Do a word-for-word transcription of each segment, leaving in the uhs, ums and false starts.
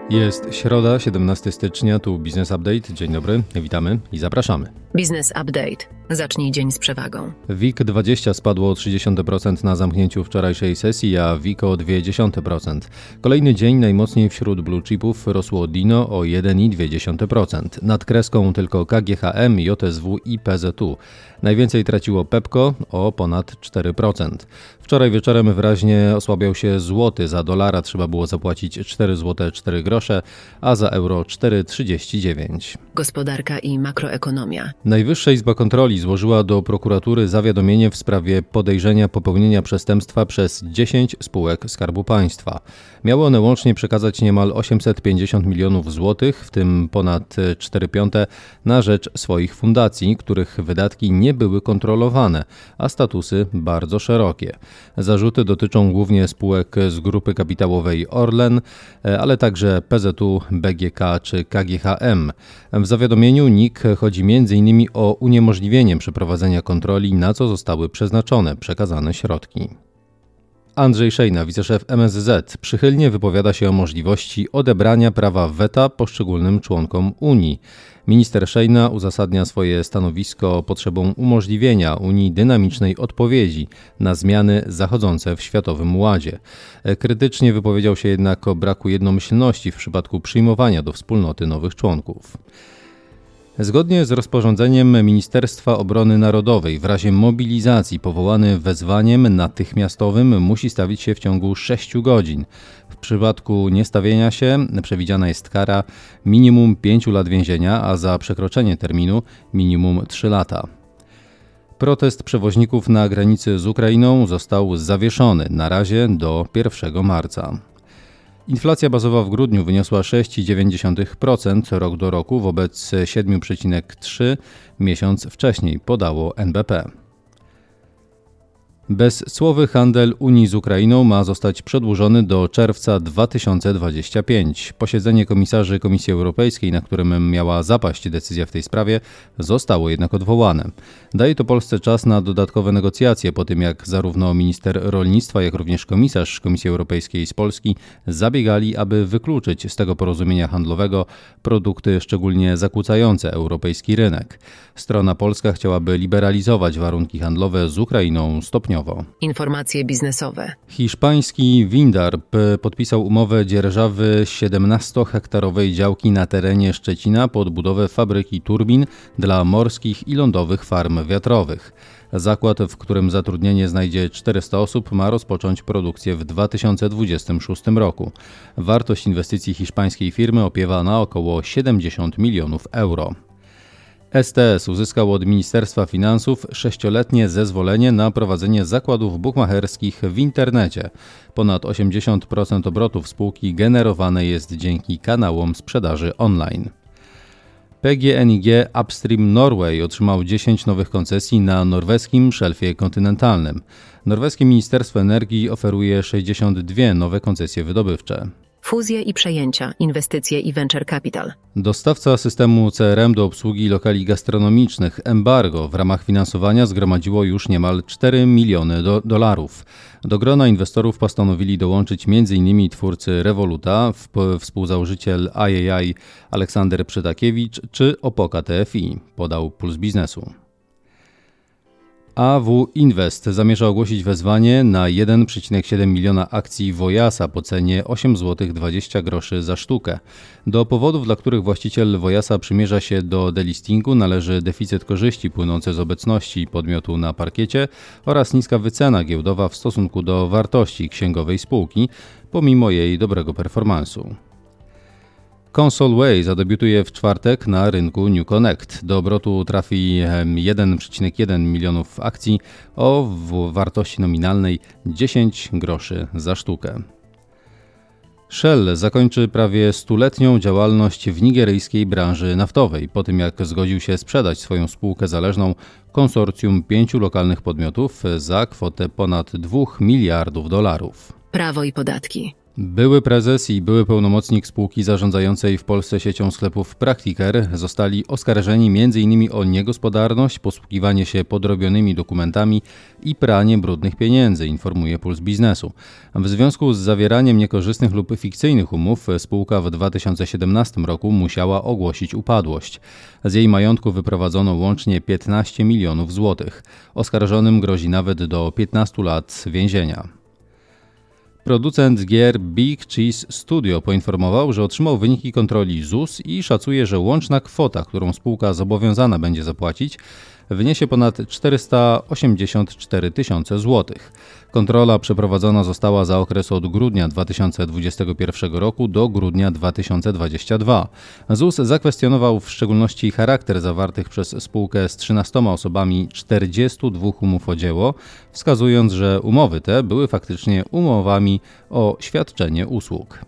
Jest środa, siedemnastego stycznia, tu Business Update. Dzień dobry, witamy i zapraszamy. Business Update. Zacznij dzień z przewagą. W I K dwadzieścia spadło o trzy dziesiąte procent na zamknięciu wczorajszej sesji, a W I K o dwa dziesiąte procent. Kolejny dzień najmocniej wśród blue chipów rosło Dino o jeden i dwie dziesiąte procent. Nad kreską tylko K G H M, J S W i P Z U. Najwięcej traciło Pepco o ponad cztery procent. Wczoraj wieczorem wyraźnie osłabiał się złoty. Za dolara trzeba było zapłacić cztery złote cztery grosze, a za euro cztery trzydzieści dziewięć. Gospodarka i makroekonomia. Najwyższa Izba Kontroli złożyła do prokuratury zawiadomienie w sprawie podejrzenia popełnienia przestępstwa przez dziesięć spółek Skarbu Państwa. Miały one łącznie przekazać niemal osiemset pięćdziesiąt milionów złotych, w tym ponad cztery piąte na rzecz swoich fundacji, których wydatki nie były kontrolowane, a statusy bardzo szerokie. Zarzuty dotyczą głównie spółek z grupy kapitałowej Orlen, ale także P Z U, B G K czy K G H M. W zawiadomieniu N I K chodzi między innymi o uniemożliwienie przeprowadzenia kontroli, na co zostały przeznaczone przekazane środki. Andrzej Szejna, wiceszef M S Z, przychylnie wypowiada się o możliwości odebrania prawa weta poszczególnym członkom Unii. Minister Szejna uzasadnia swoje stanowisko potrzebą umożliwienia Unii dynamicznej odpowiedzi na zmiany zachodzące w Światowym Ładzie. Krytycznie wypowiedział się jednak o braku jednomyślności w przypadku przyjmowania do wspólnoty nowych członków. Zgodnie z rozporządzeniem Ministerstwa Obrony Narodowej w razie mobilizacji powołany wezwaniem natychmiastowym musi stawić się w ciągu sześciu godzin. W przypadku niestawienia się przewidziana jest kara minimum pięciu lat więzienia, a za przekroczenie terminu minimum trzy lata. Protest przewoźników na granicy z Ukrainą został zawieszony na razie do pierwszego marca. Inflacja bazowa w grudniu wyniosła sześć przecinek dziewięć procent rok do roku wobec siedem przecinek trzy procent miesiąc wcześniej, podało N B P. Bezcłowy handel Unii z Ukrainą ma zostać przedłużony do czerwca dwa tysiące dwudziestego piątego. Posiedzenie komisarzy Komisji Europejskiej, na którym miała zapaść decyzja w tej sprawie, zostało jednak odwołane. Daje to Polsce czas na dodatkowe negocjacje po tym, jak zarówno minister rolnictwa, jak również komisarz Komisji Europejskiej z Polski zabiegali, aby wykluczyć z tego porozumienia handlowego produkty szczególnie zakłócające europejski rynek. Strona polska chciałaby liberalizować warunki handlowe z Ukrainą stopniowo. Informacje biznesowe. Hiszpański Windarp podpisał umowę dzierżawy siedemnastohektarowej działki na terenie Szczecina pod budowę fabryki turbin dla morskich i lądowych farm wiatrowych. Zakład, w którym zatrudnienie znajdzie czterysta osób, ma rozpocząć produkcję w dwa tysiące dwudziestym szóstym roku. Wartość inwestycji hiszpańskiej firmy opiewa na około siedemdziesiąt milionów euro. S T S uzyskał od Ministerstwa Finansów sześcioletnie zezwolenie na prowadzenie zakładów bukmacherskich w internecie. Ponad osiemdziesiąt procent obrotów spółki generowane jest dzięki kanałom sprzedaży online. P G N I G Upstream Norway otrzymał dziesięć nowych koncesji na norweskim szelfie kontynentalnym. Norweskie Ministerstwo Energii oferuje sześćdziesiąt dwie nowe koncesje wydobywcze. Fuzje i przejęcia, inwestycje i venture capital. Dostawca systemu C R M do obsługi lokali gastronomicznych Embargo w ramach finansowania zgromadziło już niemal cztery miliony do, dolarów. Do grona inwestorów postanowili dołączyć m.in. twórcy Revoluta, w, współzałożyciel I A I Aleksander Przytakiewicz czy Opoka T F I, podał Puls Biznesu. A W Invest zamierza ogłosić wezwanie na jeden przecinek siedem miliona akcji Wojasa po cenie osiem złotych dwadzieścia groszy za sztukę. Do powodów, dla których właściciel Wojasa przymierza się do delistingu, należy deficyt korzyści płynący z obecności podmiotu na parkiecie oraz niska wycena giełdowa w stosunku do wartości księgowej spółki, pomimo jej dobrego performansu. ConsolWay zadebiutuje w czwartek na rynku New Connect. Do obrotu trafi jeden przecinek jeden milionów akcji o wartości nominalnej dziesięć groszy za sztukę. Shell zakończy prawie stuletnią działalność w nigeryjskiej branży naftowej, po tym jak zgodził się sprzedać swoją spółkę zależną konsorcjum pięciu lokalnych podmiotów za kwotę ponad dwóch miliardów dolarów. Prawo i podatki. Były prezes i były pełnomocnik spółki zarządzającej w Polsce siecią sklepów Praktiker zostali oskarżeni między innymi o niegospodarność, posługiwanie się podrobionymi dokumentami i pranie brudnych pieniędzy, informuje Puls Biznesu. W związku z zawieraniem niekorzystnych lub fikcyjnych umów spółka w dwa tysiące siedemnastym roku musiała ogłosić upadłość. Z jej majątku wyprowadzono łącznie piętnaście milionów złotych. Oskarżonym grozi nawet do piętnastu lat więzienia. Producent gier Big Cheese Studio poinformował, że otrzymał wyniki kontroli Z U S i szacuje, że łączna kwota, którą spółka zobowiązana będzie zapłacić, wyniesie ponad czterysta osiemdziesiąt cztery tysiące złotych. Kontrola przeprowadzona została za okres od grudnia dwa tysiące dwudziestego pierwszego roku do grudnia dwa tysiące dwudziestego drugiego. Z U S zakwestionował w szczególności charakter zawartych przez spółkę z trzynastoma osobami czterdziestu dwóch umów o dzieło, wskazując, że umowy te były faktycznie umowami o świadczenie usług.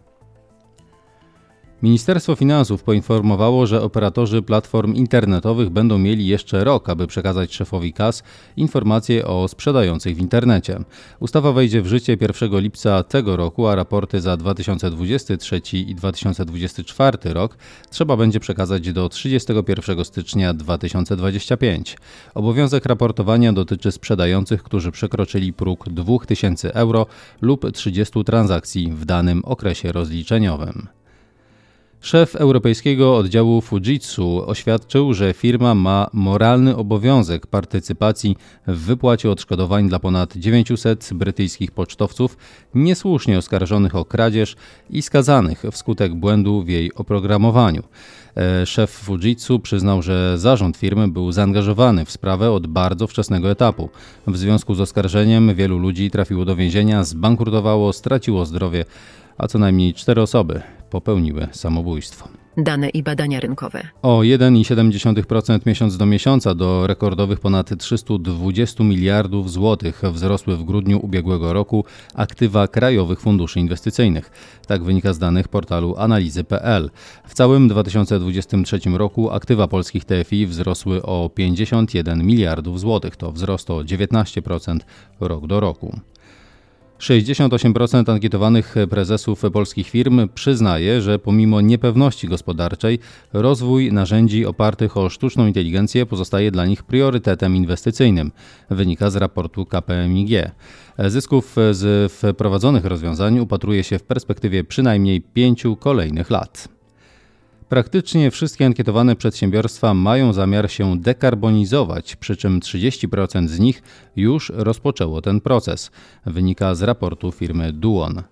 Ministerstwo Finansów poinformowało, że operatorzy platform internetowych będą mieli jeszcze rok, aby przekazać szefowi K A S informacje o sprzedających w internecie. Ustawa wejdzie w życie pierwszego lipca tego roku, a raporty za dwa tysiące dwudziesty trzeci i dwa tysiące dwudziesty czwarty rok trzeba będzie przekazać do trzydziestego pierwszego stycznia dwa tysiące dwudziestego piątego. Obowiązek raportowania dotyczy sprzedających, którzy przekroczyli próg dwa tysiące euro lub trzydziestu transakcji w danym okresie rozliczeniowym. Szef europejskiego oddziału Fujitsu oświadczył, że firma ma moralny obowiązek partycypacji w wypłacie odszkodowań dla ponad dziewięciuset brytyjskich pocztowców niesłusznie oskarżonych o kradzież i skazanych wskutek błędu w jej oprogramowaniu. Szef Fujitsu przyznał, że zarząd firmy był zaangażowany w sprawę od bardzo wczesnego etapu. W związku z oskarżeniem wielu ludzi trafiło do więzienia, zbankrutowało, straciło zdrowie, a co najmniej cztery osoby popełniły samobójstwo. Dane i badania rynkowe. O jeden przecinek siedem procent miesiąc do miesiąca do rekordowych ponad trzysta dwadzieścia miliardów złotych wzrosły w grudniu ubiegłego roku aktywa krajowych funduszy inwestycyjnych. Tak wynika z danych portalu analizy kropka p l. W całym dwa tysiące dwudziestym trzecim roku aktywa polskich T F I wzrosły o pięćdziesiąt jeden miliardów złotych. To wzrost o dziewiętnaście procent rok do roku. sześćdziesiąt osiem procent ankietowanych prezesów polskich firm przyznaje, że pomimo niepewności gospodarczej rozwój narzędzi opartych o sztuczną inteligencję pozostaje dla nich priorytetem inwestycyjnym, wynika z raportu K P M G. Zysków z wprowadzonych rozwiązań upatruje się w perspektywie przynajmniej pięciu kolejnych lat. Praktycznie wszystkie ankietowane przedsiębiorstwa mają zamiar się dekarbonizować, przy czym trzydzieści procent z nich już rozpoczęło ten proces, wynika z raportu firmy Duon.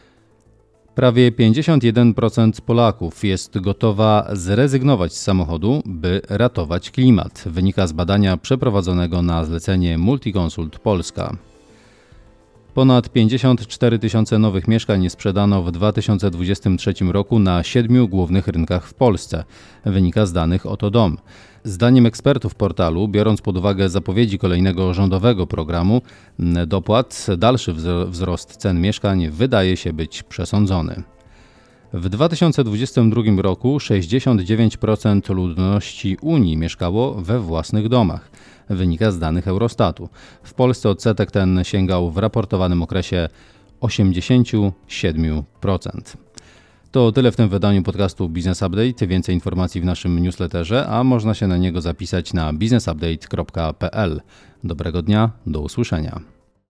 Prawie pięćdziesiąt jeden procent Polaków jest gotowa zrezygnować z samochodu, by ratować klimat, wynika z badania przeprowadzonego na zlecenie Multiconsult Polska. Ponad pięćdziesiąt cztery tysiące nowych mieszkań sprzedano w dwa tysiące dwudziestym trzecim roku na siedmiu głównych rynkach w Polsce, wynika z danych Oto Dom. Zdaniem ekspertów portalu, biorąc pod uwagę zapowiedzi kolejnego rządowego programu dopłat, dalszy wzrost cen mieszkań wydaje się być przesądzony. W dwa tysiące dwudziestym drugim roku sześćdziesiąt dziewięć procent ludności Unii mieszkało we własnych domach, wynika z danych Eurostatu. W Polsce odsetek ten sięgał w raportowanym okresie osiemdziesiąt siedem procent. To tyle w tym wydaniu podcastu Business Update. Więcej informacji w naszym newsletterze, a można się na niego zapisać na business update kropka p l. Dobrego dnia, do usłyszenia.